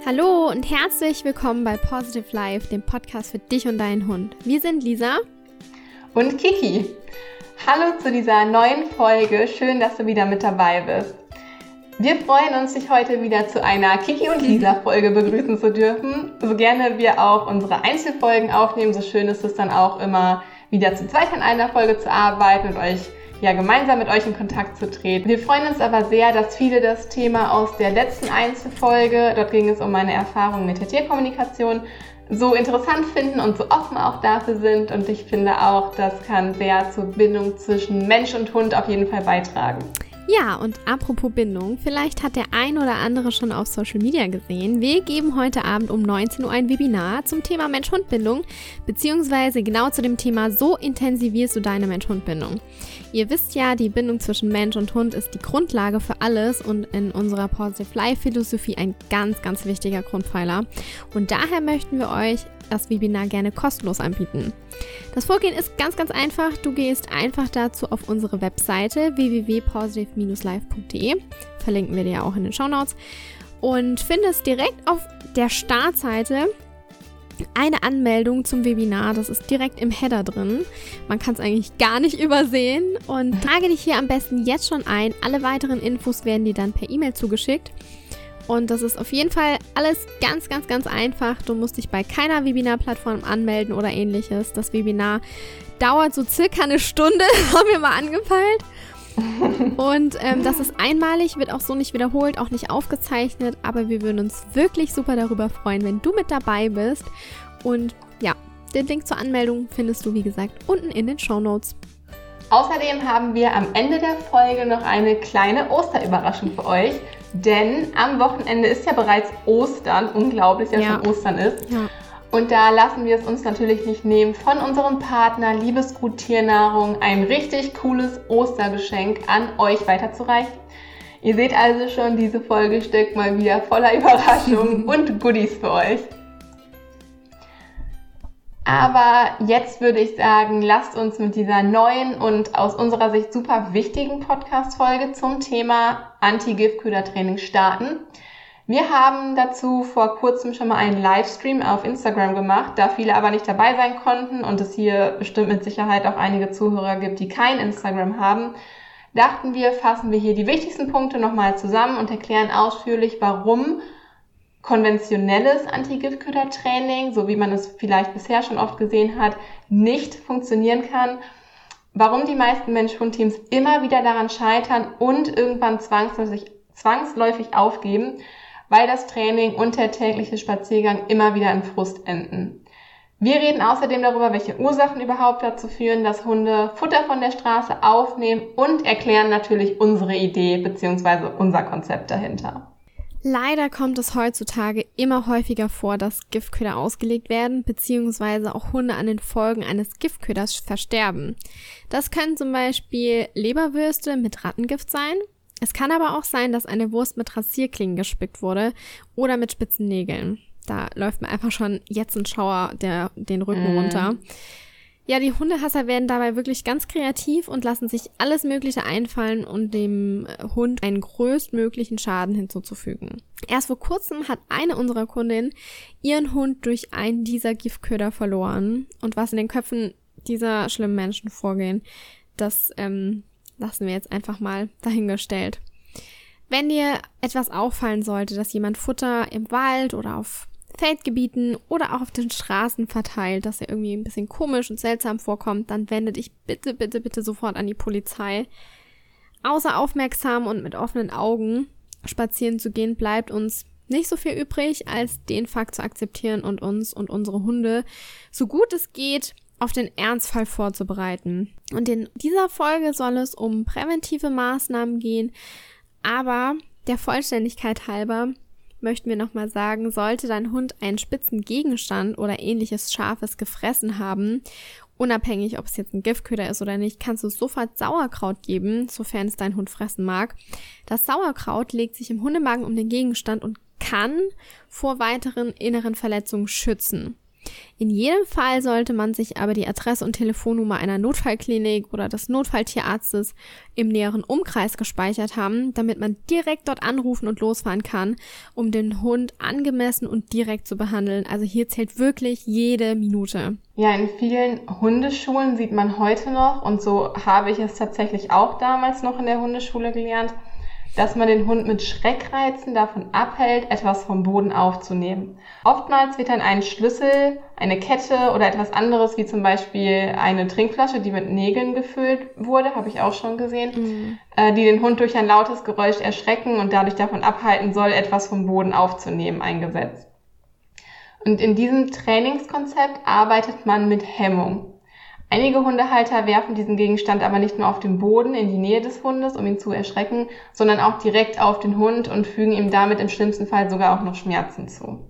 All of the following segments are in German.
Hallo und herzlich willkommen bei Positive Life, dem Podcast für dich und deinen Hund. Wir sind Lisa und Kiki. Hallo zu dieser neuen Folge. Schön, dass du wieder mit dabei bist. Wir freuen uns, dich heute wieder zu einer Kiki und Lisa Folge begrüßen zu dürfen. So gerne wir auch unsere Einzelfolgen aufnehmen, so schön ist es dann auch immer wieder zu zweit an einer Folge zu arbeiten und euch gemeinsam mit euch in Kontakt zu treten. Wir freuen uns aber sehr, dass viele das Thema aus der letzten Einzelfolge, dort ging es um meine Erfahrung mit der Tierkommunikation, so interessant finden und so offen auch dafür sind. Und ich finde auch, das kann sehr zur Bindung zwischen Mensch und Hund auf jeden Fall beitragen. Ja, und apropos Bindung, vielleicht hat der ein oder andere schon auf Social Media gesehen. Wir geben heute Abend um 19 Uhr ein Webinar zum Thema Mensch-Hund-Bindung, beziehungsweise genau zu dem Thema, so intensivierst du deine Mensch-Hund-Bindung. Ihr wisst ja, die Bindung zwischen Mensch und Hund ist die Grundlage für alles und in unserer Positive Life Philosophie ein ganz, ganz wichtiger Grundpfeiler. Und daher möchten wir euch das Webinar gerne kostenlos anbieten. Das Vorgehen ist ganz, ganz einfach. Du gehst einfach dazu auf unsere Webseite www.positive-life.de, verlinken wir dir ja auch in den Shownotes, und findest direkt auf der Startseite eine Anmeldung zum Webinar. Das ist direkt im Header drin. Man kann es eigentlich gar nicht übersehen. Und trage dich hier am besten jetzt schon ein. Alle weiteren Infos werden dir dann per E-Mail zugeschickt. Und das ist auf jeden Fall alles ganz, ganz, ganz einfach. Du musst dich bei keiner Webinar-Plattform anmelden oder ähnliches. Das Webinar dauert so circa eine Stunde, haben wir mal angepeilt. Und das ist einmalig, wird auch so nicht wiederholt, auch nicht aufgezeichnet. Aber wir würden uns wirklich super darüber freuen, wenn du mit dabei bist. Und ja, den Link zur Anmeldung findest du, wie gesagt, unten in den Shownotes. Außerdem haben wir am Ende der Folge noch eine kleine Osterüberraschung für euch. Denn am Wochenende ist ja bereits Ostern. Unglaublich, dass schon Ostern ist. Ja. Und da lassen wir es uns natürlich nicht nehmen, von unserem Partner Liebesgut Tiernahrung ein richtig cooles Ostergeschenk an euch weiterzureichen. Ihr seht also schon, diese Folge steckt mal wieder voller Überraschungen und Goodies für euch. Aber jetzt würde ich sagen, lasst uns mit dieser neuen und aus unserer Sicht super wichtigen Podcast-Folge zum Thema Anti-Giftköder-Training starten. Wir haben dazu vor kurzem schon mal einen Livestream auf Instagram gemacht, da viele aber nicht dabei sein konnten und es hier bestimmt mit Sicherheit auch einige Zuhörer gibt, die kein Instagram haben, dachten wir, fassen wir hier die wichtigsten Punkte nochmal zusammen und erklären ausführlich, warum konventionelles Anti-Giftköder-Training, so wie man es vielleicht bisher schon oft gesehen hat, nicht funktionieren kann, warum die meisten Mensch-Hund-Teams immer wieder daran scheitern und irgendwann zwangsläufig aufgeben, weil das Training und der tägliche Spaziergang immer wieder im Frust enden. Wir reden außerdem darüber, welche Ursachen überhaupt dazu führen, dass Hunde Futter von der Straße aufnehmen und erklären natürlich unsere Idee bzw. unser Konzept dahinter. Leider kommt es heutzutage immer häufiger vor, dass Giftköder ausgelegt werden, beziehungsweise auch Hunde an den Folgen eines Giftköders versterben. Das können zum Beispiel Leberwürste mit Rattengift sein. Es kann aber auch sein, dass eine Wurst mit Rasierklingen gespickt wurde oder mit spitzen Nägeln. Da läuft mir einfach schon jetzt ein Schauer den Rücken runter. Ja, die Hundehasser werden dabei wirklich ganz kreativ und lassen sich alles Mögliche einfallen, um dem Hund einen größtmöglichen Schaden hinzuzufügen. Erst vor kurzem hat eine unserer Kundinnen ihren Hund durch einen dieser Giftköder verloren. Und was in den Köpfen dieser schlimmen Menschen vorgehen, das lassen wir jetzt einfach mal dahingestellt. Wenn dir etwas auffallen sollte, dass jemand Futter im Wald oder auf Feldgebieten oder auch auf den Straßen verteilt, dass er irgendwie ein bisschen komisch und seltsam vorkommt, dann wende dich bitte, bitte, bitte sofort an die Polizei. Außer aufmerksam und mit offenen Augen spazieren zu gehen, bleibt uns nicht so viel übrig, als den Fakt zu akzeptieren und uns und unsere Hunde, so gut es geht, auf den Ernstfall vorzubereiten. Und in dieser Folge soll es um präventive Maßnahmen gehen, aber der Vollständigkeit halber möchten wir nochmal sagen, sollte dein Hund einen spitzen Gegenstand oder ähnliches Scharfes gefressen haben, unabhängig, ob es jetzt ein Giftköder ist oder nicht, kannst du sofort Sauerkraut geben, sofern es dein Hund fressen mag. Das Sauerkraut legt sich im Hundemagen um den Gegenstand und kann vor weiteren inneren Verletzungen schützen. In jedem Fall sollte man sich aber die Adresse und Telefonnummer einer Notfallklinik oder des Notfalltierarztes im näheren Umkreis gespeichert haben, damit man direkt dort anrufen und losfahren kann, um den Hund angemessen und direkt zu behandeln. Also hier zählt wirklich jede Minute. Ja, in vielen Hundeschulen sieht man heute noch, und so habe ich es tatsächlich auch damals noch in der Hundeschule gelernt, dass man den Hund mit Schreckreizen davon abhält, etwas vom Boden aufzunehmen. Oftmals wird dann ein Schlüssel, eine Kette oder etwas anderes, wie zum Beispiel eine Trinkflasche, die mit Nägeln gefüllt wurde, habe ich auch schon gesehen, die den Hund durch ein lautes Geräusch erschrecken und dadurch davon abhalten soll, etwas vom Boden aufzunehmen, eingesetzt. Und in diesem Trainingskonzept arbeitet man mit Hemmung. Einige Hundehalter werfen diesen Gegenstand aber nicht nur auf den Boden in die Nähe des Hundes, um ihn zu erschrecken, sondern auch direkt auf den Hund und fügen ihm damit im schlimmsten Fall sogar auch noch Schmerzen zu.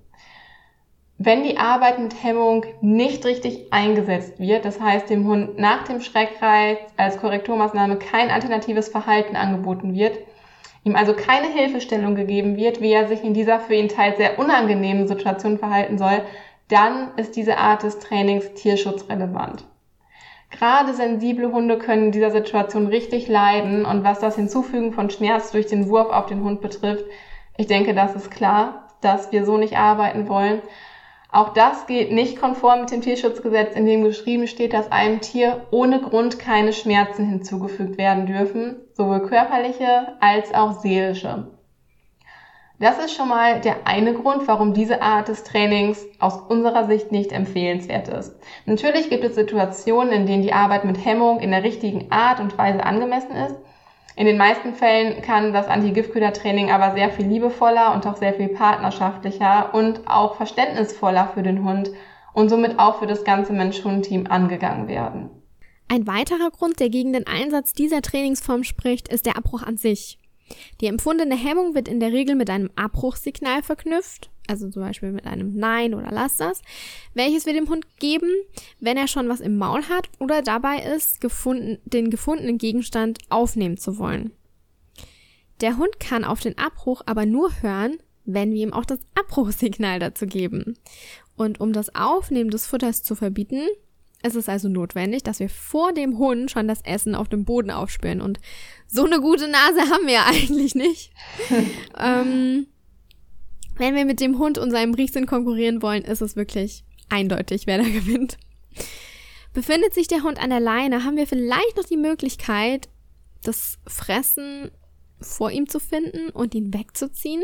Wenn die Arbeit mit Hemmung nicht richtig eingesetzt wird, das heißt dem Hund nach dem Schreckreiz als Korrekturmaßnahme kein alternatives Verhalten angeboten wird, ihm also keine Hilfestellung gegeben wird, wie er sich in dieser für ihn teils sehr unangenehmen Situation verhalten soll, dann ist diese Art des Trainings tierschutzrelevant. Gerade sensible Hunde können in dieser Situation richtig leiden, und was das Hinzufügen von Schmerz durch den Wurf auf den Hund betrifft, ich denke, das ist klar, dass wir so nicht arbeiten wollen. Auch das geht nicht konform mit dem Tierschutzgesetz, in dem geschrieben steht, dass einem Tier ohne Grund keine Schmerzen hinzugefügt werden dürfen, sowohl körperliche als auch seelische. Das ist schon mal der eine Grund, warum diese Art des Trainings aus unserer Sicht nicht empfehlenswert ist. Natürlich gibt es Situationen, in denen die Arbeit mit Hemmung in der richtigen Art und Weise angemessen ist. In den meisten Fällen kann das Anti-Giftköder-Training aber sehr viel liebevoller und auch sehr viel partnerschaftlicher und auch verständnisvoller für den Hund und somit auch für das ganze Mensch-Hund-Team angegangen werden. Ein weiterer Grund, der gegen den Einsatz dieser Trainingsform spricht, ist der Abbruch an sich. Die empfundene Hemmung wird in der Regel mit einem Abbruchssignal verknüpft, also zum Beispiel mit einem Nein oder Lass das, welches wir dem Hund geben, wenn er schon was im Maul hat oder dabei ist, den gefundenen Gegenstand aufnehmen zu wollen. Der Hund kann auf den Abbruch aber nur hören, wenn wir ihm auch das Abbruchssignal dazu geben. Und um das Aufnehmen des Futters zu verbieten, ist es also notwendig, dass wir vor dem Hund schon das Essen auf dem Boden aufspüren. Und so eine gute Nase haben wir ja eigentlich nicht. Wenn wir mit dem Hund und seinem Riechsinn konkurrieren wollen, ist es wirklich eindeutig, wer da gewinnt. Befindet sich der Hund an der Leine, haben wir vielleicht noch die Möglichkeit, das Fressen vor ihm zu finden und ihn wegzuziehen.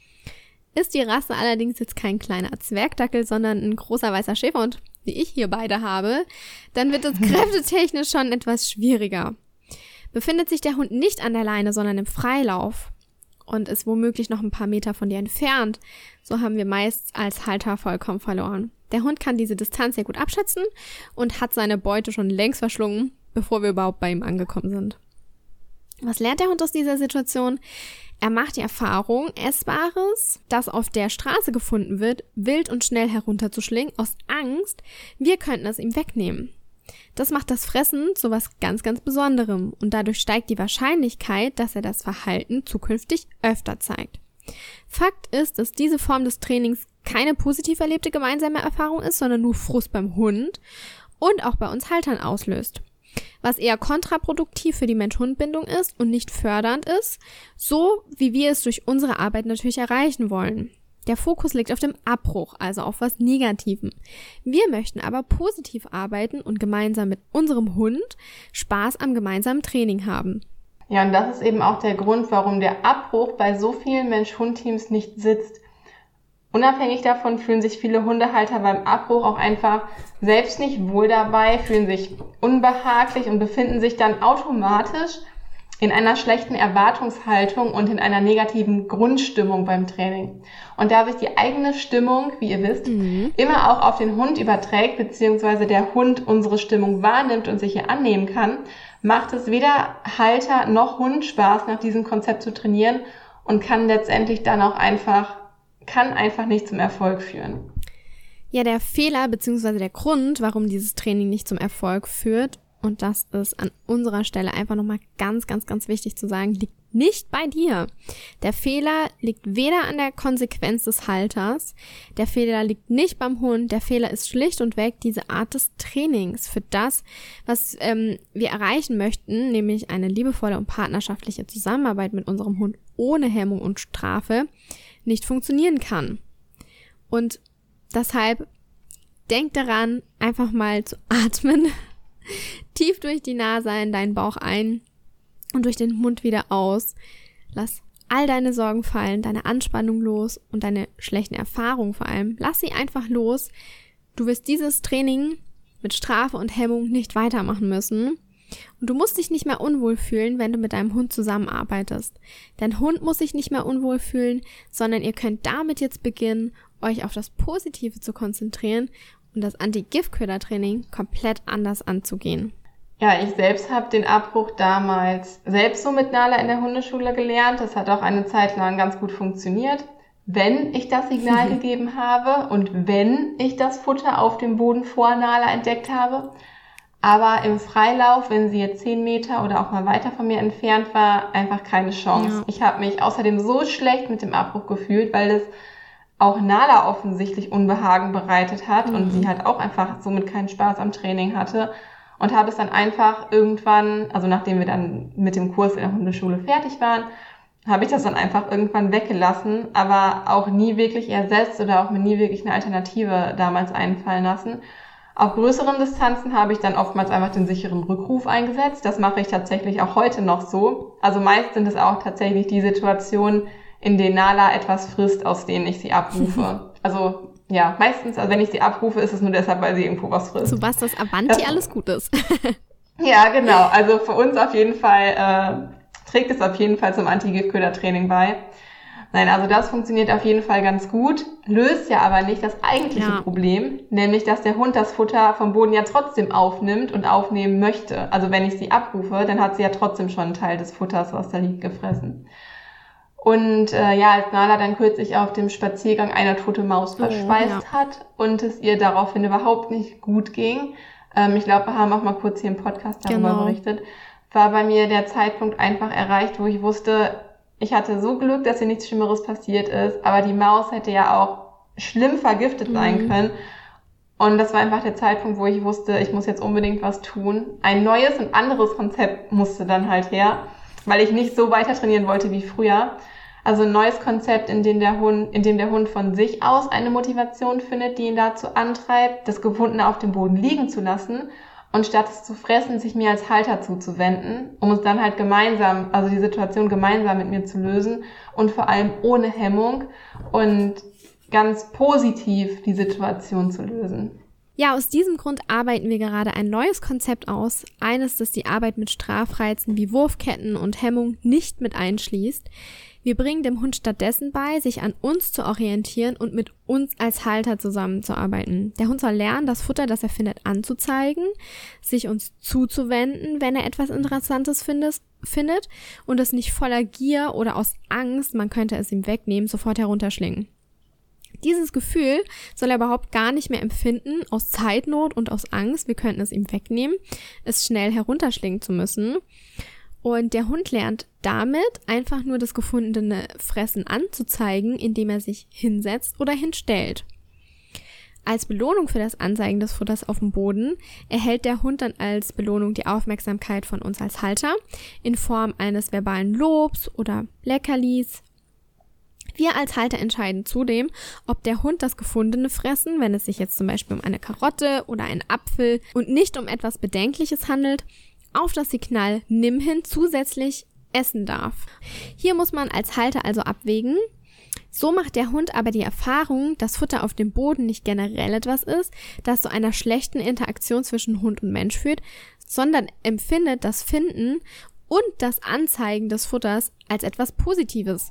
Ist die Rasse allerdings jetzt kein kleiner Zwergdackel, sondern ein großer weißer Schäferhund, wie ich hier beide habe, dann wird es kräftetechnisch schon etwas schwieriger. Befindet sich der Hund nicht an der Leine, sondern im Freilauf und ist womöglich noch ein paar Meter von dir entfernt, so haben wir meist als Halter vollkommen verloren. Der Hund kann diese Distanz sehr gut abschätzen und hat seine Beute schon längst verschlungen, bevor wir überhaupt bei ihm angekommen sind. Was lernt der Hund aus dieser Situation? Er macht die Erfahrung, Essbares, das auf der Straße gefunden wird, wild und schnell herunterzuschlingen, aus Angst, wir könnten es ihm wegnehmen. Das macht das Fressen zu was ganz, ganz Besonderem und dadurch steigt die Wahrscheinlichkeit, dass er das Verhalten zukünftig öfter zeigt. Fakt ist, dass diese Form des Trainings keine positiv erlebte gemeinsame Erfahrung ist, sondern nur Frust beim Hund und auch bei uns Haltern auslöst. Was eher kontraproduktiv für die Mensch-Hund-Bindung ist und nicht fördernd ist, so wie wir es durch unsere Arbeit natürlich erreichen wollen. Der Fokus liegt auf dem Abbruch, also auf was Negativem. Wir möchten aber positiv arbeiten und gemeinsam mit unserem Hund Spaß am gemeinsamen Training haben. Ja, und das ist eben auch der Grund, warum der Abbruch bei so vielen Mensch-Hund-Teams nicht sitzt. Unabhängig davon fühlen sich viele Hundehalter beim Abbruch auch einfach selbst nicht wohl dabei, fühlen sich unbehaglich und befinden sich dann automatisch in einer schlechten Erwartungshaltung und in einer negativen Grundstimmung beim Training. Und da sich die eigene Stimmung, wie ihr wisst, immer auch auf den Hund überträgt, beziehungsweise der Hund unsere Stimmung wahrnimmt und sich ihr annehmen kann, macht es weder Halter noch Hund Spaß, nach diesem Konzept zu trainieren und kann letztendlich dann auch einfach nicht zum Erfolg führen. Ja, der Fehler bzw. der Grund, warum dieses Training nicht zum Erfolg führt, und das ist an unserer Stelle einfach nochmal ganz, ganz, ganz wichtig zu sagen, liegt nicht bei dir. Der Fehler liegt weder an der Konsequenz des Halters, der Fehler liegt nicht beim Hund, der Fehler ist schlicht und weg diese Art des Trainings für das, was wir erreichen möchten, nämlich eine liebevolle und partnerschaftliche Zusammenarbeit mit unserem Hund ohne Hemmung und Strafe, nicht funktionieren kann. Und deshalb denk daran, einfach mal zu atmen, tief durch die Nase in deinen Bauch ein und durch den Mund wieder aus. Lass all deine Sorgen fallen, deine Anspannung los und deine schlechten Erfahrungen vor allem. Lass sie einfach los. Du wirst dieses Training mit Strafe und Hemmung nicht weitermachen müssen. Und du musst dich nicht mehr unwohl fühlen, wenn du mit deinem Hund zusammenarbeitest. Dein Hund muss sich nicht mehr unwohl fühlen, sondern ihr könnt damit jetzt beginnen, euch auf das Positive zu konzentrieren und das Anti-Giftköder-Training komplett anders anzugehen. Ja, ich selbst habe den Abbruch damals selbst so mit Nala in der Hundeschule gelernt. Das hat auch eine Zeit lang ganz gut funktioniert, wenn ich das Signal gegeben habe und wenn ich das Futter auf dem Boden vor Nala entdeckt habe. Aber im Freilauf, wenn sie jetzt 10 Meter oder auch mal weiter von mir entfernt war, einfach keine Chance. Ja. Ich habe mich außerdem so schlecht mit dem Abbruch gefühlt, weil das auch Nala offensichtlich Unbehagen bereitet hat und sie halt auch einfach somit keinen Spaß am Training hatte. Und habe es dann einfach irgendwann, also nachdem wir dann mit dem Kurs in der Hundeschule fertig waren, habe ich das dann einfach irgendwann weggelassen, aber auch nie wirklich ersetzt oder auch mir nie wirklich eine Alternative damals einfallen lassen. Auf größeren Distanzen habe ich dann oftmals einfach den sicheren Rückruf eingesetzt. Das mache ich tatsächlich auch heute noch so. Also meist sind es auch tatsächlich die Situationen, in denen Nala etwas frisst, aus denen ich sie abrufe. Also ja, meistens, also wenn ich sie abrufe, ist es nur deshalb, weil sie irgendwo was frisst. So was das Avanti alles gut ist. Ja, genau. Also für uns auf jeden Fall trägt es auf jeden Fall zum Anti-Giftköder-Training bei. Nein, also das funktioniert auf jeden Fall ganz gut, löst ja aber nicht das eigentliche Problem, nämlich dass der Hund das Futter vom Boden ja trotzdem aufnimmt und aufnehmen möchte. Also wenn ich sie abrufe, dann hat sie ja trotzdem schon einen Teil des Futters, was da liegt, gefressen. Und als Nala dann kürzlich auf dem Spaziergang eine tote Maus verspeist hat und es ihr daraufhin überhaupt nicht gut ging, ich glaube, wir haben auch mal kurz hier im Podcast darüber berichtet, war bei mir der Zeitpunkt einfach erreicht, wo ich wusste, ich hatte so Glück, dass ihr nichts Schlimmeres passiert ist, aber die Maus hätte ja auch schlimm vergiftet sein können. Und das war einfach der Zeitpunkt, wo ich wusste, ich muss jetzt unbedingt was tun. Ein neues und anderes Konzept musste dann halt her, weil ich nicht so weiter trainieren wollte wie früher. Also ein neues Konzept, in dem der Hund von sich aus eine Motivation findet, die ihn dazu antreibt, das Gefundene auf dem Boden liegen zu lassen und statt es zu fressen, sich mir als Halter zuzuwenden, um es dann halt gemeinsam, also die Situation gemeinsam mit mir zu lösen und vor allem ohne Hemmung und ganz positiv die Situation zu lösen. Ja, aus diesem Grund arbeiten wir gerade ein neues Konzept aus. Eines, das die Arbeit mit Strafreizen wie Wurfketten und Hemmung nicht mit einschließt. Wir bringen dem Hund stattdessen bei, sich an uns zu orientieren und mit uns als Halter zusammenzuarbeiten. Der Hund soll lernen, das Futter, das er findet, anzuzeigen, sich uns zuzuwenden, wenn er etwas Interessantes findet und es nicht voller Gier oder aus Angst, man könnte es ihm wegnehmen, sofort herunterschlingen. Dieses Gefühl soll er überhaupt gar nicht mehr empfinden, aus Zeitnot und aus Angst, wir könnten es ihm wegnehmen, es schnell herunterschlingen zu müssen. Und der Hund lernt damit einfach nur das gefundene Fressen anzuzeigen, indem er sich hinsetzt oder hinstellt. Als Belohnung für das Anzeigen des Futters auf dem Boden erhält der Hund dann als Belohnung die Aufmerksamkeit von uns als Halter in Form eines verbalen Lobs oder Leckerlis. Wir als Halter entscheiden zudem, ob der Hund das gefundene Fressen, wenn es sich jetzt zum Beispiel um eine Karotte oder einen Apfel und nicht um etwas Bedenkliches handelt, auf das Signal Nimm hin zusätzlich essen darf. Hier muss man als Halter also abwägen. So macht der Hund aber die Erfahrung, dass Futter auf dem Boden nicht generell etwas ist, das zu einer schlechten Interaktion zwischen Hund und Mensch führt, sondern empfindet das Finden und das Anzeigen des Futters als etwas Positives.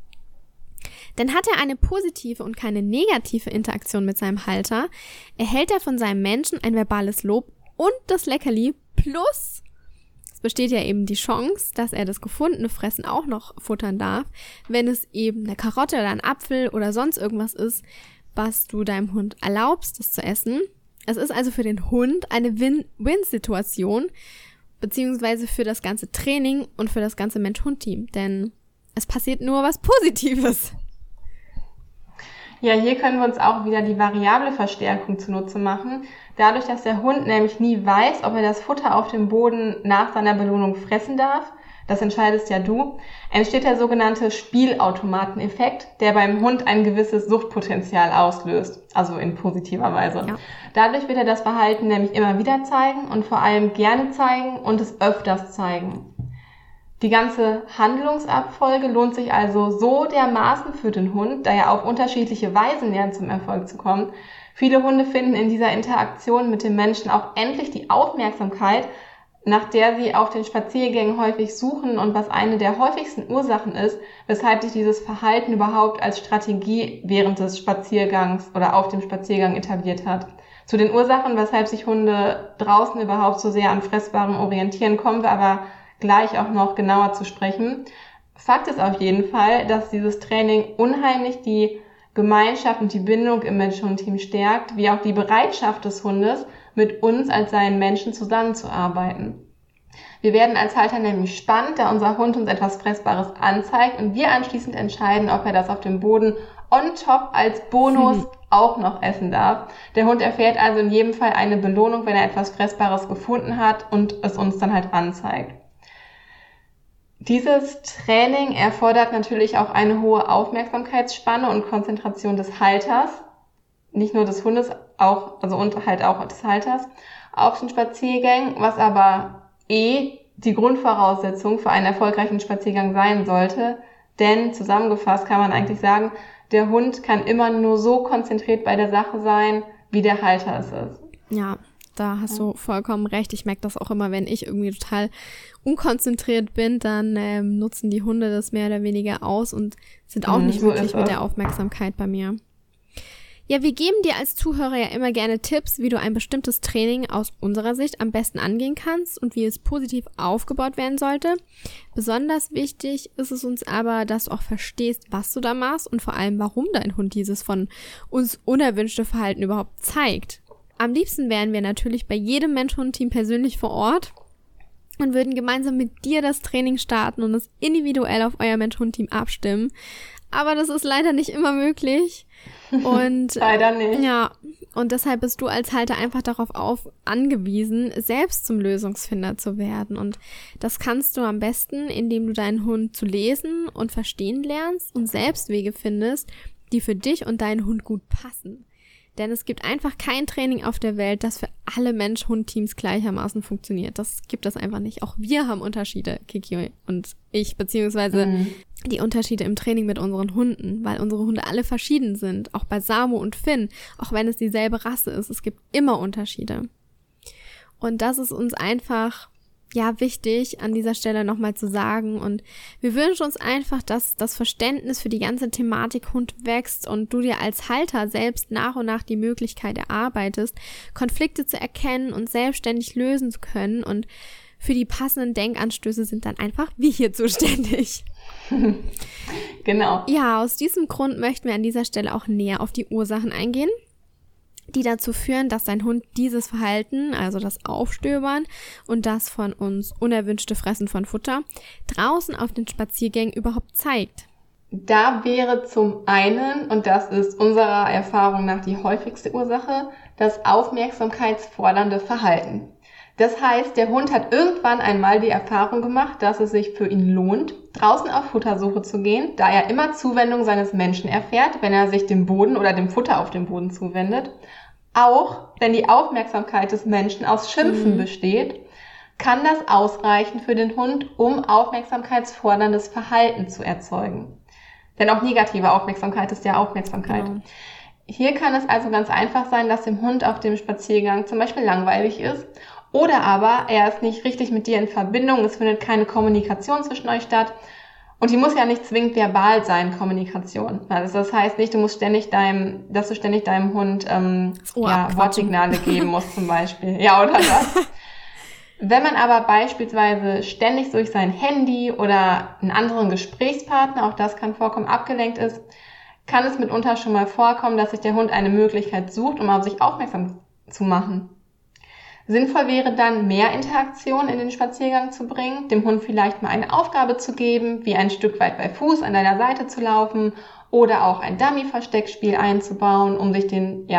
Denn hat er eine positive und keine negative Interaktion mit seinem Halter, erhält er von seinem Menschen ein verbales Lob und das Leckerli plus es besteht ja eben die Chance, dass er das gefundene Fressen auch noch futtern darf, wenn es eben eine Karotte oder ein Apfel oder sonst irgendwas ist, was du deinem Hund erlaubst, das zu essen. Es ist also für den Hund eine Win-Win-Situation beziehungsweise für das ganze Training und für das ganze Mensch-Hund-Team, denn es passiert nur was Positives. Ja, hier können wir uns auch wieder die variable Verstärkung zunutze machen. Dadurch, dass der Hund nämlich nie weiß, ob er das Futter auf dem Boden nach seiner Belohnung fressen darf, das entscheidest ja du, entsteht der sogenannte Spielautomateneffekt, der beim Hund ein gewisses Suchtpotenzial auslöst, also in positiver Weise. Ja. Dadurch wird er das Verhalten nämlich immer wieder zeigen und vor allem gerne zeigen und es öfters zeigen. Die ganze Handlungsabfolge lohnt sich also so dermaßen für den Hund, da er auf unterschiedliche Weisen lernt, zum Erfolg zu kommen. Viele Hunde finden in dieser Interaktion mit dem Menschen auch endlich die Aufmerksamkeit, nach der sie auf den Spaziergängen häufig suchen und was eine der häufigsten Ursachen ist, weshalb sich dieses Verhalten überhaupt als Strategie während des Spaziergangs oder auf dem Spaziergang etabliert hat. Zu den Ursachen, weshalb sich Hunde draußen überhaupt so sehr an Fressbarem orientieren, kommen wir aber gleich auch noch genauer zu sprechen. Fakt ist auf jeden Fall, dass dieses Training unheimlich die Gemeinschaft und die Bindung im Mensch-Hund-Team stärkt, wie auch die Bereitschaft des Hundes, mit uns als seinen Menschen zusammenzuarbeiten. Wir werden als Halter nämlich spannend, da unser Hund uns etwas Fressbares anzeigt und wir anschließend entscheiden, ob er das auf dem Boden on top als Bonus auch noch essen darf. Der Hund erfährt also in jedem Fall eine Belohnung, wenn er etwas Fressbares gefunden hat und es uns dann halt anzeigt. Dieses Training erfordert natürlich auch eine hohe Aufmerksamkeitsspanne und Konzentration des Halters, nicht nur des Hundes, und halt auch des Halters, auf den Spaziergängen, was aber die Grundvoraussetzung für einen erfolgreichen Spaziergang sein sollte. Denn zusammengefasst kann man eigentlich sagen, der Hund kann immer nur so konzentriert bei der Sache sein, wie der Halter es ist. Ja, da hast du vollkommen recht. Ich merke das auch immer, wenn ich irgendwie total unkonzentriert bin, dann nutzen die Hunde das mehr oder weniger aus und sind auch nicht wirklich mit der Aufmerksamkeit bei mir. Ja, wir geben dir als Zuhörer ja immer gerne Tipps, wie du ein bestimmtes Training aus unserer Sicht am besten angehen kannst und wie es positiv aufgebaut werden sollte. Besonders wichtig ist es uns aber, dass du auch verstehst, was du da machst und vor allem, warum dein Hund dieses von uns unerwünschte Verhalten überhaupt zeigt. Am liebsten wären wir natürlich bei jedem Mensch-Hund-Team persönlich vor Ort und würden gemeinsam mit dir das Training starten und es individuell auf euer Mensch-Hund-Team abstimmen. Aber das ist leider nicht immer möglich. Und leider nicht. Ja, und deshalb bist du als Halter einfach darauf angewiesen, selbst zum Lösungsfinder zu werden. Und das kannst du am besten, indem du deinen Hund zu lesen und verstehen lernst und selbst Wege findest, die für dich und deinen Hund gut passen. Denn es gibt einfach kein Training auf der Welt, das für alle Mensch-Hund-Teams gleichermaßen funktioniert. Das gibt es einfach nicht. Auch wir haben Unterschiede, Kiki und ich, beziehungsweise die Unterschiede im Training mit unseren Hunden, weil unsere Hunde alle verschieden sind. Auch bei Samu und Finn, auch wenn es dieselbe Rasse ist. Es gibt immer Unterschiede. Und das ist uns einfach wichtig an dieser Stelle nochmal zu sagen, und wir wünschen uns einfach, dass das Verständnis für die ganze Thematik Hund wächst und du dir als Halter selbst nach und nach die Möglichkeit erarbeitest, Konflikte zu erkennen und selbstständig lösen zu können, und für die passenden Denkanstöße sind dann einfach wir hier zuständig. Genau. Ja, aus diesem Grund möchten wir an dieser Stelle auch näher auf die Ursachen eingehen, die dazu führen, dass dein Hund dieses Verhalten, also das Aufstöbern und das von uns unerwünschte Fressen von Futter, draußen auf den Spaziergängen überhaupt zeigt. Da wäre zum einen, und das ist unserer Erfahrung nach die häufigste Ursache, das aufmerksamkeitsfordernde Verhalten. Das heißt, der Hund hat irgendwann einmal die Erfahrung gemacht, dass es sich für ihn lohnt, draußen auf Futtersuche zu gehen, da er immer Zuwendung seines Menschen erfährt, wenn er sich dem Boden oder dem Futter auf dem Boden zuwendet. Auch wenn die Aufmerksamkeit des Menschen aus Schimpfen besteht, kann das ausreichen für den Hund, um aufmerksamkeitsforderndes Verhalten zu erzeugen. Denn auch negative Aufmerksamkeit ist ja Aufmerksamkeit. Genau. Hier kann es also ganz einfach sein, dass dem Hund auf dem Spaziergang zum Beispiel langweilig ist, oder aber er ist nicht richtig mit dir in Verbindung, es findet keine Kommunikation zwischen euch statt. Und die muss ja nicht zwingend verbal sein, Kommunikation. Also das heißt nicht, dass du ständig deinem Hund Wortsignale geben musst zum Beispiel. Ja, oder das. Wenn man aber beispielsweise ständig durch sein Handy oder einen anderen Gesprächspartner, auch das kann vorkommen, abgelenkt ist, kann es mitunter schon mal vorkommen, dass sich der Hund eine Möglichkeit sucht, um auf sich aufmerksam zu machen. Sinnvoll wäre dann, mehr Interaktion in den Spaziergang zu bringen, dem Hund vielleicht mal eine Aufgabe zu geben, wie ein Stück weit bei Fuß an deiner Seite zu laufen oder auch ein Dummy-Versteckspiel einzubauen, um sich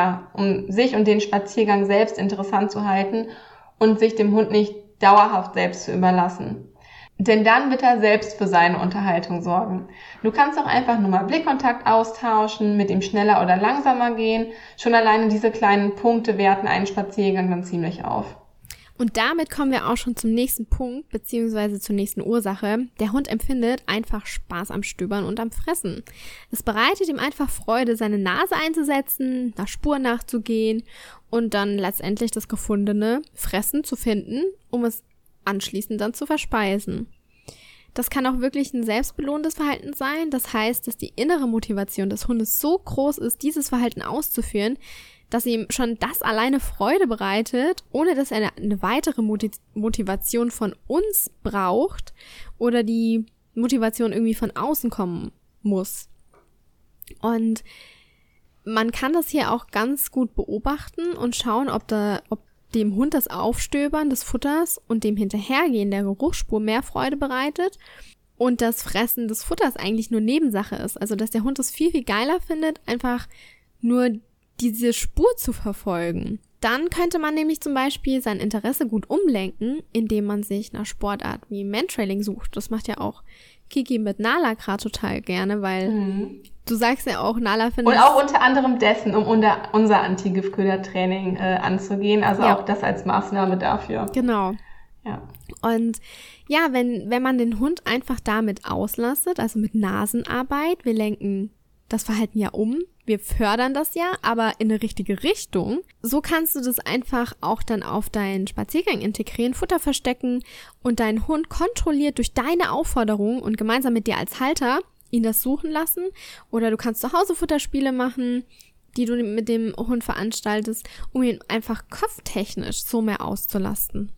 und den Spaziergang selbst interessant zu halten und sich dem Hund nicht dauerhaft selbst zu überlassen. Denn dann wird er selbst für seine Unterhaltung sorgen. Du kannst auch einfach nur mal Blickkontakt austauschen, mit ihm schneller oder langsamer gehen. Schon alleine diese kleinen Punkte werten einen Spaziergang dann ziemlich auf. Und damit kommen wir auch schon zum nächsten Punkt, beziehungsweise zur nächsten Ursache. Der Hund empfindet einfach Spaß am Stöbern und am Fressen. Es bereitet ihm einfach Freude, seine Nase einzusetzen, nach Spuren nachzugehen und dann letztendlich das gefundene Fressen zu finden, um es anschließend dann zu verspeisen. Das kann auch wirklich ein selbstbelohnendes Verhalten sein. Das heißt, dass die innere Motivation des Hundes so groß ist, dieses Verhalten auszuführen, dass ihm schon das alleine Freude bereitet, ohne dass er eine weitere Motivation von uns braucht oder die Motivation irgendwie von außen kommen muss. Und man kann das hier auch ganz gut beobachten und schauen, ob dem Hund das Aufstöbern des Futters und dem Hinterhergehen der Geruchsspur mehr Freude bereitet und das Fressen des Futters eigentlich nur Nebensache ist. Also, dass der Hund es viel, viel geiler findet, einfach nur diese Spur zu verfolgen. Dann könnte man nämlich zum Beispiel sein Interesse gut umlenken, indem man sich nach Sportart wie Mantrailing sucht. Das macht ja auch Kiki mit Nala gerade total gerne, weil du sagst ja auch, Nala findet... Und auch unter anderem dessen, um unser Anti-Giftköder-Training anzugehen. Also auch das als Maßnahme dafür. Genau. Ja. Und ja, wenn man den Hund einfach damit auslastet, also mit Nasenarbeit, wir lenken das Verhalten ja um, wir fördern das ja, aber in eine richtige Richtung. So kannst du das einfach auch dann auf deinen Spaziergang integrieren, Futter verstecken und deinen Hund kontrolliert durch deine Aufforderung und gemeinsam mit dir als Halter ihn das suchen lassen. Oder du kannst zu Hause Futterspiele machen, die du mit dem Hund veranstaltest, um ihn einfach kopftechnisch so mehr auszulasten.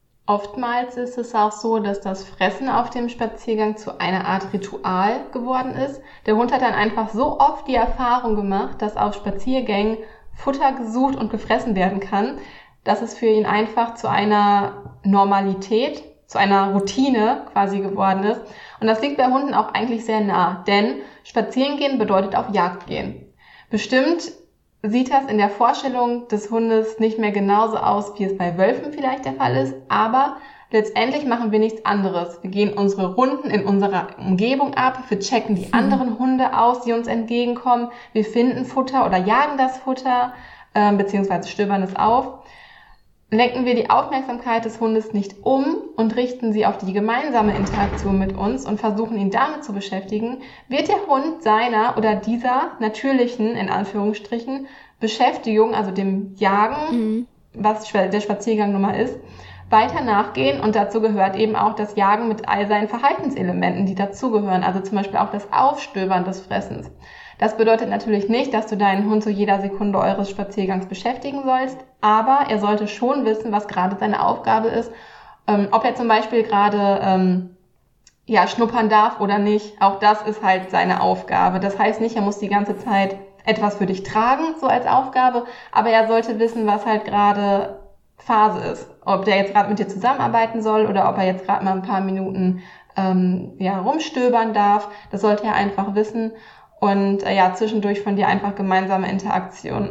Oftmals ist es auch so, dass das Fressen auf dem Spaziergang zu einer Art Ritual geworden ist. Der Hund hat dann einfach so oft die Erfahrung gemacht, dass auf Spaziergängen Futter gesucht und gefressen werden kann, dass es für ihn einfach zu einer Normalität, zu einer Routine quasi geworden ist. Und das liegt bei Hunden auch eigentlich sehr nah, denn Spazierengehen bedeutet auf Jagd gehen. Bestimmt sieht das in der Vorstellung des Hundes nicht mehr genauso aus, wie es bei Wölfen vielleicht der Fall ist, aber letztendlich machen wir nichts anderes. Wir gehen unsere Runden in unserer Umgebung ab, wir checken die anderen Hunde aus, die uns entgegenkommen, wir finden Futter oder jagen das Futter, beziehungsweise stöbern es auf. Lenken wir die Aufmerksamkeit des Hundes nicht um und richten sie auf die gemeinsame Interaktion mit uns und versuchen ihn damit zu beschäftigen, wird der Hund seiner oder dieser natürlichen, in Anführungsstrichen, Beschäftigung, also dem Jagen, was der Spaziergang nun mal ist, weiter nachgehen. Und dazu gehört eben auch das Jagen mit all seinen Verhaltenselementen, die dazugehören, also zum Beispiel auch das Aufstöbern des Fressens. Das bedeutet natürlich nicht, dass du deinen Hund zu jeder Sekunde eures Spaziergangs beschäftigen sollst, aber er sollte schon wissen, was gerade seine Aufgabe ist, ob er zum Beispiel gerade schnuppern darf oder nicht. Auch das ist halt seine Aufgabe. Das heißt nicht, er muss die ganze Zeit etwas für dich tragen, so als Aufgabe, aber er sollte wissen, was halt gerade Phase ist. Ob der jetzt gerade mit dir zusammenarbeiten soll oder ob er jetzt gerade mal ein paar Minuten rumstöbern darf. Das sollte er einfach wissen. Und zwischendurch von dir einfach gemeinsame Interaktion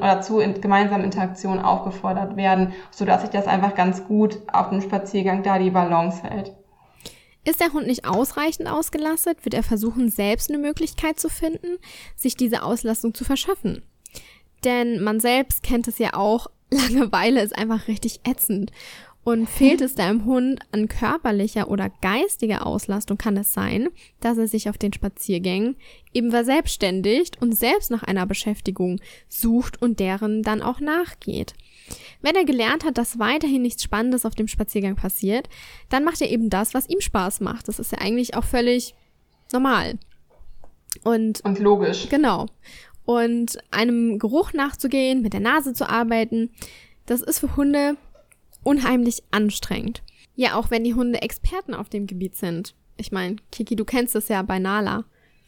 aufgefordert werden, sodass sich das einfach ganz gut auf dem Spaziergang da die Balance hält. Ist der Hund nicht ausreichend ausgelastet, wird er versuchen, selbst eine Möglichkeit zu finden, sich diese Auslastung zu verschaffen. Denn man selbst kennt es ja auch, Langeweile ist einfach richtig ätzend. Und fehlt es deinem Hund an körperlicher oder geistiger Auslastung, kann es sein, dass er sich auf den Spaziergängen eben verselbstständigt und selbst nach einer Beschäftigung sucht und deren dann auch nachgeht. Wenn er gelernt hat, dass weiterhin nichts Spannendes auf dem Spaziergang passiert, dann macht er eben das, was ihm Spaß macht. Das ist ja eigentlich auch völlig normal. Und logisch. Genau. Und einem Geruch nachzugehen, mit der Nase zu arbeiten, das ist für Hunde unheimlich anstrengend. Ja, auch wenn die Hunde Experten auf dem Gebiet sind. Ich meine, Kiki, du kennst es ja bei Nala.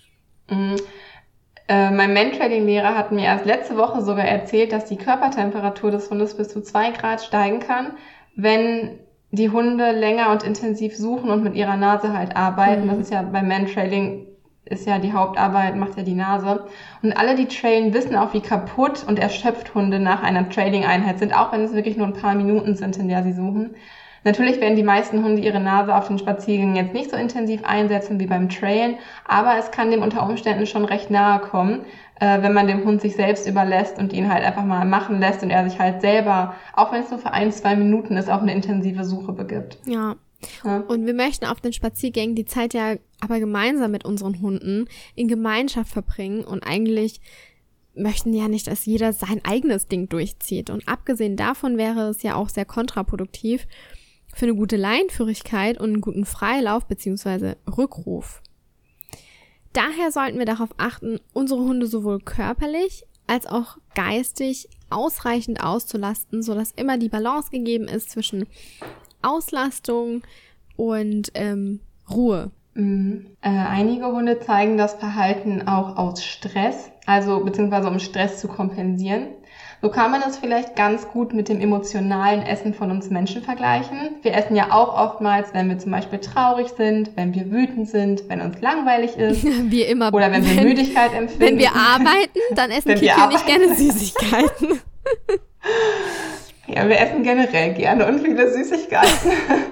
Mein Mantrailing-Lehrer hat mir erst letzte Woche sogar erzählt, dass die Körpertemperatur des Hundes bis zu 2 Grad steigen kann, wenn die Hunde länger und intensiv suchen und mit ihrer Nase halt arbeiten. Das ist ja beim Mantrailing, ist ja die Hauptarbeit, macht ja die Nase. Und alle, die trailen, wissen auch, wie kaputt und erschöpft Hunde nach einer Trailing-Einheit sind, auch wenn es wirklich nur ein paar Minuten sind, in der sie suchen. Natürlich werden die meisten Hunde ihre Nase auf den Spaziergängen jetzt nicht so intensiv einsetzen wie beim Trailen, aber es kann dem unter Umständen schon recht nahe kommen, wenn man dem Hund sich selbst überlässt und ihn halt einfach mal machen lässt und er sich halt selber, auch wenn es nur für 1-2 Minuten ist, auf eine intensive Suche begibt. Ja. Und wir möchten auf den Spaziergängen die Zeit ja aber gemeinsam mit unseren Hunden in Gemeinschaft verbringen und eigentlich möchten ja nicht, dass jeder sein eigenes Ding durchzieht. Und abgesehen davon wäre es ja auch sehr kontraproduktiv für eine gute Leinenführigkeit und einen guten Freilauf bzw. Rückruf. Daher sollten wir darauf achten, unsere Hunde sowohl körperlich als auch geistig ausreichend auszulasten, sodass immer die Balance gegeben ist zwischen Auslastung und Ruhe. Einige Hunde zeigen das Verhalten auch aus Stress, also beziehungsweise um Stress zu kompensieren. So kann man es vielleicht ganz gut mit dem emotionalen Essen von uns Menschen vergleichen. Wir essen ja auch oftmals, wenn wir zum Beispiel traurig sind, wenn wir wütend sind, wenn uns langweilig ist. Wie immer. Oder wenn wir Müdigkeit empfinden. Wenn wir arbeiten, dann essen Kiki nicht gerne Süßigkeiten. Ja, wir essen generell gerne und viele Süßigkeiten.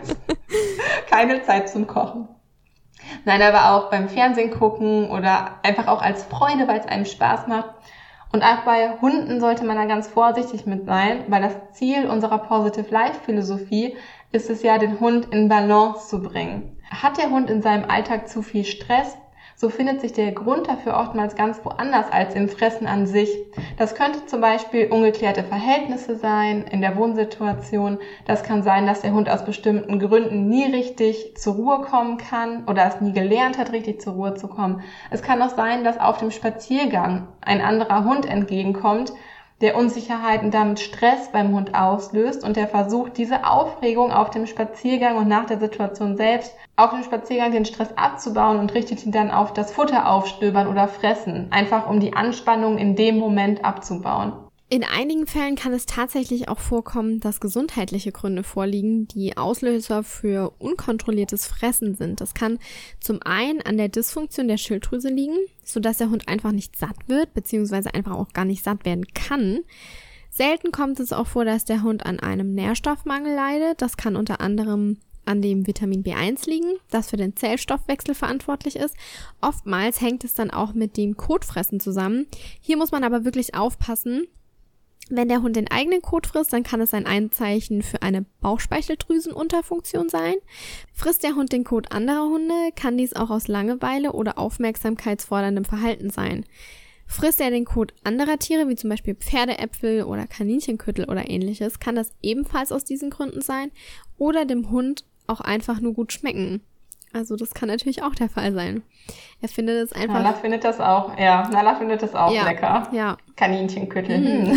Keine Zeit zum Kochen. Nein, aber auch beim Fernsehen gucken oder einfach auch als Freude, weil es einem Spaß macht. Und auch bei Hunden sollte man da ganz vorsichtig mit sein, weil das Ziel unserer Positive Life Philosophie ist es ja, den Hund in Balance zu bringen. Hat der Hund in seinem Alltag zu viel Stress, so findet sich der Grund dafür oftmals ganz woanders als im Fressen an sich. Das könnte zum Beispiel ungeklärte Verhältnisse sein in der Wohnsituation. Das kann sein, dass der Hund aus bestimmten Gründen nie richtig zur Ruhe kommen kann oder es nie gelernt hat, richtig zur Ruhe zu kommen. Es kann auch sein, dass auf dem Spaziergang ein anderer Hund entgegenkommt, der Unsicherheit und damit Stress beim Hund auslöst und der versucht, diese Aufregung auf dem Spaziergang und nach der Situation selbst auf dem Spaziergang den Stress abzubauen und richtet ihn dann auf das Futter aufstöbern oder fressen, einfach um die Anspannung in dem Moment abzubauen. In einigen Fällen kann es tatsächlich auch vorkommen, dass gesundheitliche Gründe vorliegen, die Auslöser für unkontrolliertes Fressen sind. Das kann zum einen an der Dysfunktion der Schilddrüse liegen, sodass der Hund einfach nicht satt wird, beziehungsweise einfach auch gar nicht satt werden kann. Selten kommt es auch vor, dass der Hund an einem Nährstoffmangel leidet. Das kann unter anderem an dem Vitamin B1 liegen, das für den Zellstoffwechsel verantwortlich ist. Oftmals hängt es dann auch mit dem Kotfressen zusammen. Hier muss man aber wirklich aufpassen. Wenn der Hund den eigenen Kot frisst, dann kann es ein Anzeichen für eine Bauchspeicheldrüsenunterfunktion sein. Frisst der Hund den Kot anderer Hunde, kann dies auch aus Langeweile oder aufmerksamkeitsforderndem Verhalten sein. Frisst er den Kot anderer Tiere, wie zum Beispiel Pferdeäpfel oder Kaninchenköttel oder ähnliches, kann das ebenfalls aus diesen Gründen sein oder dem Hund auch einfach nur gut schmecken. Also das kann natürlich auch der Fall sein. Er findet es einfach... Nala findet das auch lecker. Ja. Kaninchenköttel.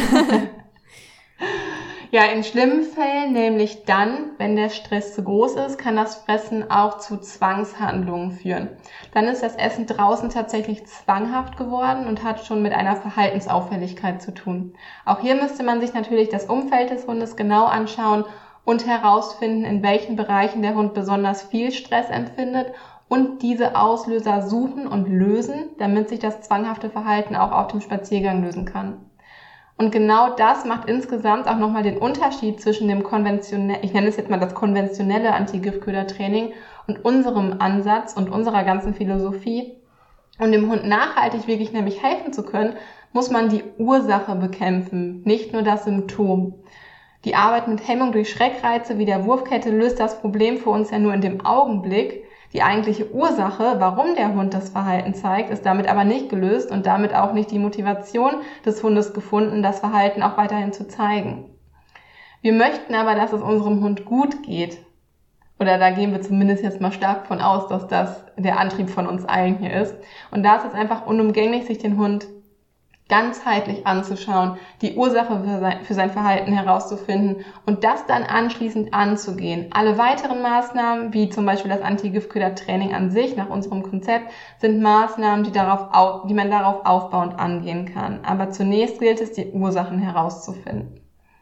Ja, in schlimmen Fällen, nämlich dann, wenn der Stress zu groß ist, kann das Fressen auch zu Zwangshandlungen führen. Dann ist das Essen draußen tatsächlich zwanghaft geworden und hat schon mit einer Verhaltensauffälligkeit zu tun. Auch hier müsste man sich natürlich das Umfeld des Hundes genau anschauen und herausfinden, in welchen Bereichen der Hund besonders viel Stress empfindet und diese Auslöser suchen und lösen, damit sich das zwanghafte Verhalten auch auf dem Spaziergang lösen kann. Und genau das macht insgesamt auch nochmal den Unterschied zwischen dem ich nenne es jetzt mal das konventionelle Anti-Giftköder-Training und unserem Ansatz und unserer ganzen Philosophie. Um dem Hund nachhaltig wirklich nämlich helfen zu können, muss man die Ursache bekämpfen, nicht nur das Symptom. Die Arbeit mit Hemmung durch Schreckreize wie der Wurfkette löst das Problem für uns ja nur in dem Augenblick. Die eigentliche Ursache, warum der Hund das Verhalten zeigt, ist damit aber nicht gelöst und damit auch nicht die Motivation des Hundes gefunden, das Verhalten auch weiterhin zu zeigen. Wir möchten aber, dass es unserem Hund gut geht. Oder da gehen wir zumindest jetzt mal stark von aus, dass das der Antrieb von uns allen hier ist. Und da ist es einfach unumgänglich, sich den Hund ganzheitlich anzuschauen, die Ursache für sein Verhalten herauszufinden und das dann anschließend anzugehen. Alle weiteren Maßnahmen, wie zum Beispiel das Anti-Giftköder-Training an sich nach unserem Konzept, sind Maßnahmen, die man darauf aufbauend angehen kann. Aber zunächst gilt es, die Ursachen herauszufinden.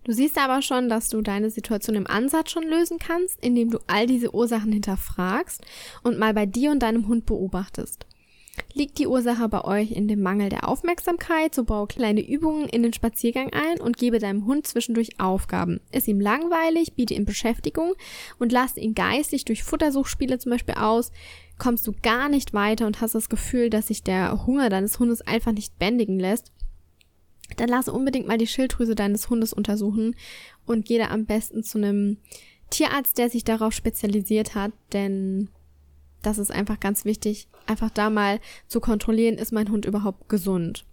Du siehst aber schon, dass du deine Situation im Ansatz schon lösen kannst, indem du all diese Ursachen hinterfragst und mal bei dir und deinem Hund beobachtest. Liegt die Ursache bei euch in dem Mangel der Aufmerksamkeit, so baue kleine Übungen in den Spaziergang ein und gebe deinem Hund zwischendurch Aufgaben. Ist ihm langweilig, biete ihm Beschäftigung und lasse ihn geistig durch Futtersuchspiele zum Beispiel aus. Kommst du gar nicht weiter und hast das Gefühl, dass sich der Hunger deines Hundes einfach nicht bändigen lässt, dann lasse unbedingt mal die Schilddrüse deines Hundes untersuchen und geh da am besten zu einem Tierarzt, der sich darauf spezialisiert hat, denn das ist einfach ganz wichtig, einfach da mal zu kontrollieren, ist mein Hund überhaupt gesund.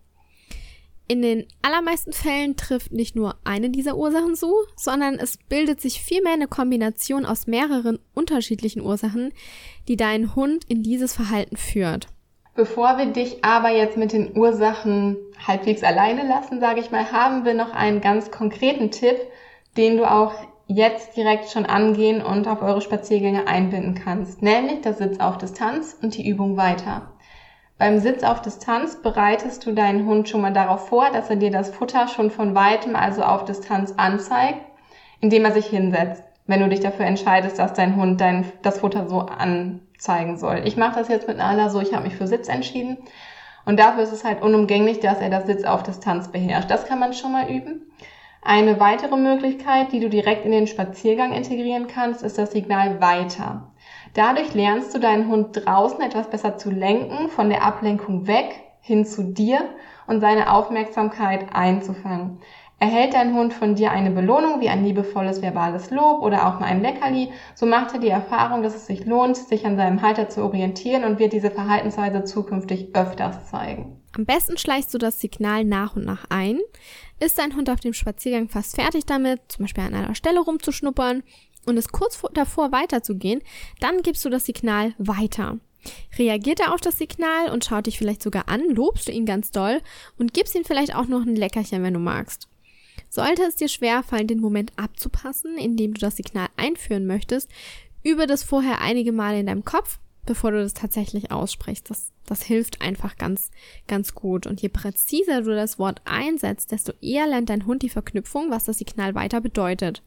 In den allermeisten Fällen trifft nicht nur eine dieser Ursachen zu, sondern es bildet sich vielmehr eine Kombination aus mehreren unterschiedlichen Ursachen, die deinen Hund in dieses Verhalten führt. Bevor wir dich aber jetzt mit den Ursachen halbwegs alleine lassen, sage ich mal, haben wir noch einen ganz konkreten Tipp, den du auch jetzt direkt schon angehen und auf eure Spaziergänge einbinden kannst, nämlich der Sitz auf Distanz und die Übung weiter. Beim Sitz auf Distanz bereitest du deinen Hund schon mal darauf vor, dass er dir das Futter schon von Weitem, also auf Distanz, anzeigt, indem er sich hinsetzt, wenn du dich dafür entscheidest, dass dein Hund das Futter so anzeigen soll. Ich mache das jetzt mit Nala so, ich habe mich für Sitz entschieden und dafür ist es halt unumgänglich, dass er das Sitz auf Distanz beherrscht. Das kann man schon mal üben. Eine weitere Möglichkeit, die du direkt in den Spaziergang integrieren kannst, ist das Signal weiter. Dadurch lernst du deinen Hund draußen etwas besser zu lenken, von der Ablenkung weg hin zu dir und seine Aufmerksamkeit einzufangen. Erhält dein Hund von dir eine Belohnung wie ein liebevolles verbales Lob oder auch mal ein Leckerli, so macht er die Erfahrung, dass es sich lohnt, sich an seinem Halter zu orientieren und wird diese Verhaltensweise zukünftig öfters zeigen. Am besten schleichst du das Signal nach und nach ein. Ist dein Hund auf dem Spaziergang fast fertig damit, zum Beispiel an einer Stelle rumzuschnuppern und ist kurz davor weiterzugehen, dann gibst du das Signal weiter. Reagiert er auf das Signal und schaut dich vielleicht sogar an, lobst du ihn ganz doll und gibst ihm vielleicht auch noch ein Leckerchen, wenn du magst. Sollte es dir schwerfallen, den Moment abzupassen, indem du das Signal einführen möchtest, übe das vorher einige Male in deinem Kopf, bevor du das tatsächlich aussprichst. Das hilft einfach ganz, ganz gut. Und je präziser du das Wort einsetzt, desto eher lernt dein Hund die Verknüpfung, was das Signal weiter bedeutet.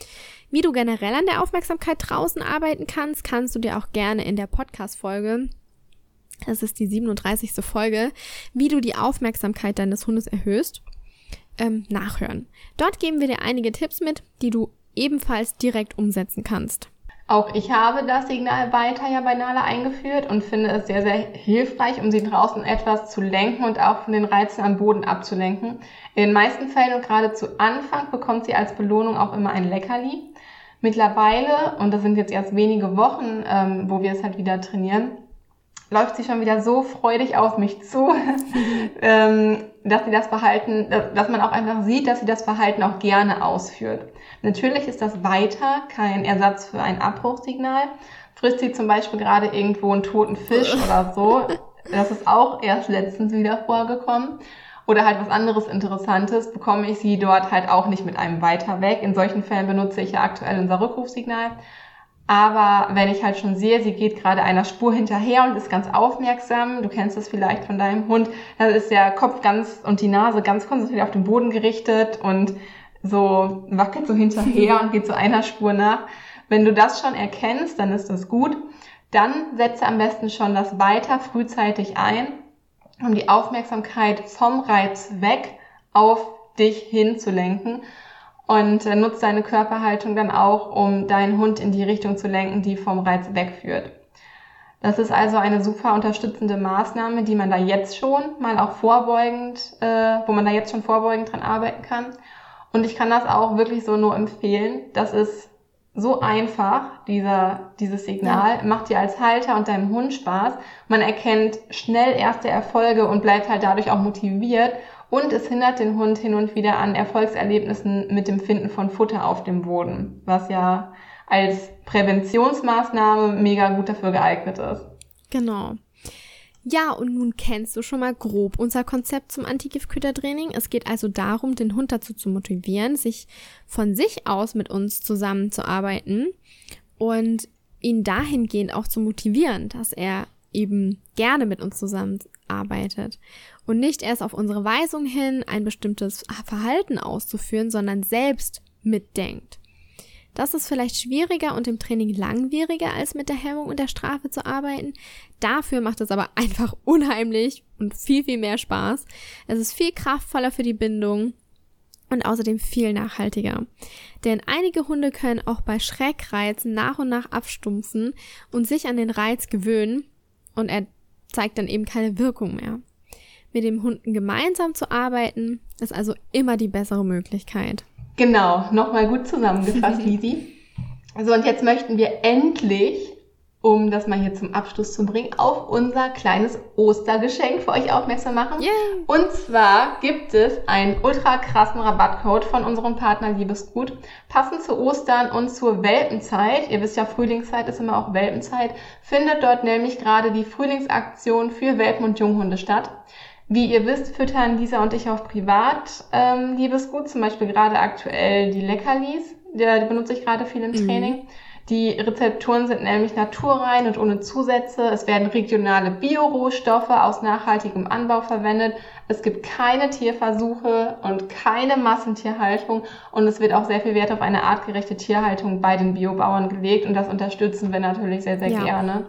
Wie du generell an der Aufmerksamkeit draußen arbeiten kannst, kannst du dir auch gerne in der Podcast-Folge, das ist die 37. Folge, wie du die Aufmerksamkeit deines Hundes erhöhst, nachhören. Dort geben wir dir einige Tipps mit, die du ebenfalls direkt umsetzen kannst. Auch ich habe das Signal weiter ja bei Nala eingeführt und finde es sehr, sehr hilfreich, um sie draußen etwas zu lenken und auch von den Reizen am Boden abzulenken. In den meisten Fällen und gerade zu Anfang bekommt sie als Belohnung auch immer ein Leckerli. Mittlerweile, und das sind jetzt erst wenige Wochen, wo wir es halt wieder trainieren, läuft sie schon wieder so freudig auf mich zu, dass sie das Verhalten, dass man auch einfach sieht, dass sie das Verhalten auch gerne ausführt. Natürlich ist das weiter kein Ersatz für ein Abbruchsignal. Frisst sie zum Beispiel gerade irgendwo einen toten Fisch oder so, das ist auch erst letztens wieder vorgekommen. Oder halt was anderes Interessantes, bekomme ich sie dort halt auch nicht mit einem weiter weg. In solchen Fällen benutze ich ja aktuell unser Rückrufsignal. Aber wenn ich halt schon sehe, sie geht gerade einer Spur hinterher und ist ganz aufmerksam, du kennst das vielleicht von deinem Hund, dann ist der Kopf und die Nase ganz konzentriert auf den Boden gerichtet und so wackelt so hinterher und geht so einer Spur nach. Wenn du das schon erkennst, dann ist das gut. Dann setze am besten schon das weiter frühzeitig ein, um die Aufmerksamkeit vom Reiz weg auf dich hinzulenken. Und nutzt deine Körperhaltung dann auch, um deinen Hund in die Richtung zu lenken, die vom Reiz wegführt. Das ist also eine super unterstützende Maßnahme, die man da jetzt schon mal auch vorbeugend, wo man da jetzt schon vorbeugend dran arbeiten kann. Und ich kann das auch wirklich so nur empfehlen. Das ist so einfach, dieses Signal, macht dir als Halter und deinem Hund Spaß. Man erkennt schnell erste Erfolge und bleibt halt dadurch auch motiviert. Und es hindert den Hund hin und wieder an Erfolgserlebnissen mit dem Finden von Futter auf dem Boden, was ja als Präventionsmaßnahme mega gut dafür geeignet ist. Genau. Ja, und nun kennst du schon mal grob unser Konzept zum Anti-Giftköder-Training. Es geht also darum, den Hund dazu zu motivieren, sich von sich aus mit uns zusammenzuarbeiten und ihn dahingehend auch zu motivieren, dass er eben gerne mit uns zusammenarbeitet. und nicht erst auf unsere Weisung hin ein bestimmtes Verhalten auszuführen, sondern selbst mitdenkt. Das ist vielleicht schwieriger und im Training langwieriger, als mit der Hemmung und der Strafe zu arbeiten. Dafür macht es aber einfach unheimlich und viel, viel mehr Spaß. Es ist viel kraftvoller für die Bindung und außerdem viel nachhaltiger. Denn einige Hunde können auch bei Schreckreizen nach und nach abstumpfen und sich an den Reiz gewöhnen und er zeigt dann eben keine Wirkung mehr. Mit dem Hunden gemeinsam zu arbeiten, ist also immer die bessere Möglichkeit. Genau, nochmal gut zusammengefasst, Lisi. So, und jetzt möchten wir endlich, um das mal hier zum Abschluss zu bringen, auf unser kleines Ostergeschenk für euch aufmerksam machen. Yay. Und zwar gibt es einen ultra krassen Rabattcode von unserem Partner Liebesgut, passend zu Ostern und zur Welpenzeit. Ihr wisst ja, Frühlingszeit ist immer auch Welpenzeit. Findet dort nämlich gerade die Frühlingsaktion für Welpen und Junghunde statt. Wie ihr wisst, füttern Lisa und ich auch privat Liebesgut, zum Beispiel gerade aktuell die Leckerlis, die benutze ich gerade viel im Training. Die Rezepturen sind nämlich naturrein und ohne Zusätze. Es werden regionale Bio-Rohstoffe aus nachhaltigem Anbau verwendet. Es gibt keine Tierversuche und keine Massentierhaltung und es wird auch sehr viel Wert auf eine artgerechte Tierhaltung bei den Biobauern gelegt und das unterstützen wir natürlich sehr, sehr gerne.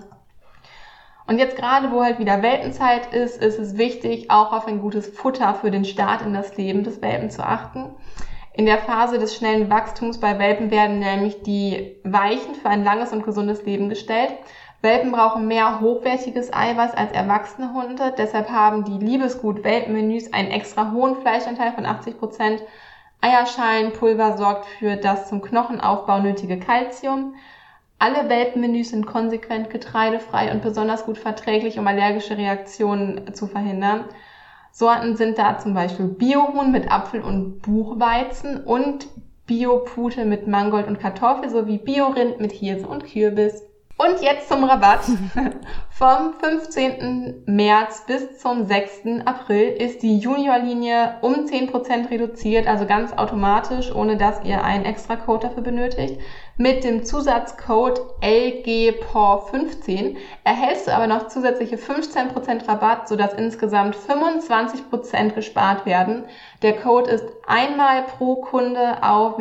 Und jetzt gerade, wo halt wieder Welpenzeit ist es wichtig, auch auf ein gutes Futter für den Start in das Leben des Welpen zu achten. In der Phase des schnellen Wachstums bei Welpen werden nämlich die Weichen für ein langes und gesundes Leben gestellt. Welpen brauchen mehr hochwertiges Eiweiß als erwachsene Hunde. Deshalb haben die Liebesgut-Welpenmenüs einen extra hohen Fleischanteil von 80%. Eierschalenpulver sorgt für das zum Knochenaufbau nötige Calcium. Alle Welpenmenüs sind konsequent getreidefrei und besonders gut verträglich, um allergische Reaktionen zu verhindern. Sorten sind da zum Beispiel Biohuhn mit Apfel- und Buchweizen und Biopute mit Mangold und Kartoffel sowie Biorind mit Hirse und Kürbis. Und jetzt zum Rabatt. Vom 15. März bis zum 6. April ist die Junior-Linie um 10% reduziert, also ganz automatisch, ohne dass ihr einen extra Code dafür benötigt. Mit dem Zusatzcode LGPOR15 erhältst du aber noch zusätzliche 15% Rabatt, sodass insgesamt 25% gespart werden. Der Code ist einmal pro Kunde auf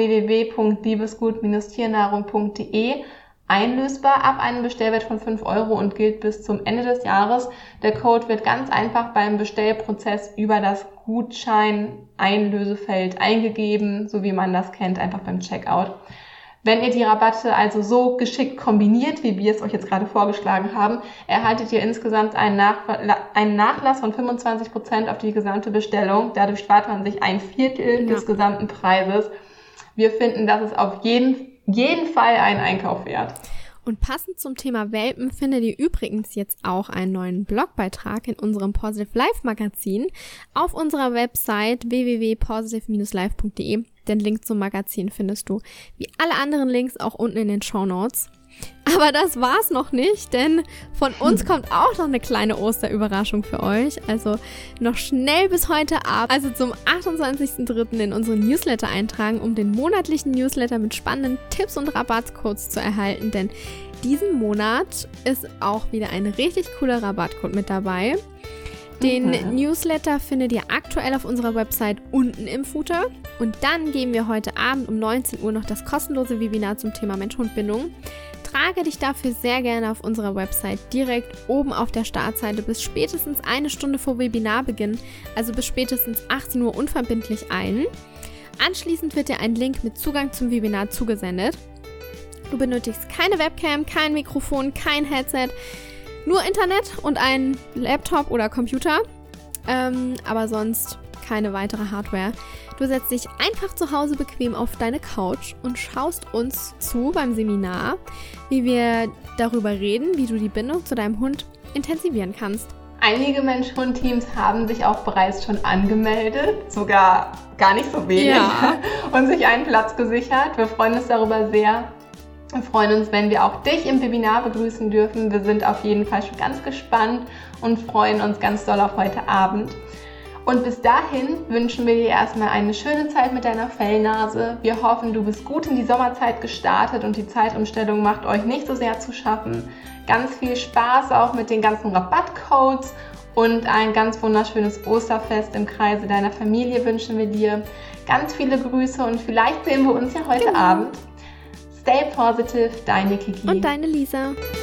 www.liebesgut-tiernahrung.de einlösbar ab einem Bestellwert von 5 € und gilt bis zum Ende des Jahres. Der Code wird ganz einfach beim Bestellprozess über das Gutschein-Einlösefeld eingegeben, so wie man das kennt, einfach beim Checkout. Wenn ihr die Rabatte also so geschickt kombiniert, wie wir es euch jetzt gerade vorgeschlagen haben, erhaltet ihr insgesamt einen Nachlass von 25% auf die gesamte Bestellung. Dadurch spart man sich ein Viertel des gesamten Preises. Wir finden, das ist auf jeden Fall ein Einkauf wert. Und passend zum Thema Welpen findet ihr übrigens jetzt auch einen neuen Blogbeitrag in unserem Positive Life Magazin auf unserer Website www.positive-life.de. Den Link zum Magazin findest du wie alle anderen Links auch unten in den Shownotes. Aber das war's noch nicht, denn von uns kommt auch noch eine kleine Osterüberraschung für euch. Also noch schnell bis heute Abend, also zum 28.03. in unseren Newsletter eintragen, um den monatlichen Newsletter mit spannenden Tipps und Rabattcodes zu erhalten. Denn diesen Monat ist auch wieder ein richtig cooler Rabattcode mit dabei. Den Newsletter findet ihr aktuell auf unserer Website unten im Footer. Und dann geben wir heute Abend um 19 Uhr noch das kostenlose Webinar zum Thema Mensch-Hund-Bindung. Trage dich dafür sehr gerne auf unserer Website direkt oben auf der Startseite bis spätestens eine Stunde vor Webinarbeginn, also bis spätestens 18 Uhr unverbindlich ein. Anschließend wird dir ein Link mit Zugang zum Webinar zugesendet. Du benötigst keine Webcam, kein Mikrofon, kein Headset, nur Internet und einen Laptop oder Computer, aber sonst keine weitere Hardware. Du setzt dich einfach zu Hause bequem auf deine Couch und schaust uns zu beim Seminar, wie wir darüber reden, wie du die Bindung zu deinem Hund intensivieren kannst. Einige Mensch-Hund-Teams haben sich auch bereits schon angemeldet, sogar gar nicht so wenig, und sich einen Platz gesichert. Wir freuen uns darüber sehr. Wir freuen uns, wenn wir auch dich im Webinar begrüßen dürfen. Wir sind auf jeden Fall schon ganz gespannt und freuen uns ganz doll auf heute Abend. Und bis dahin wünschen wir dir erstmal eine schöne Zeit mit deiner Fellnase. Wir hoffen, du bist gut in die Sommerzeit gestartet und die Zeitumstellung macht euch nicht so sehr zu schaffen. Ganz viel Spaß auch mit den ganzen Rabattcodes und ein ganz wunderschönes Osterfest im Kreise deiner Familie wünschen wir dir. Ganz viele Grüße und vielleicht sehen wir uns ja heute Abend. Stay positive, deine Kiki. Und deine Lisa.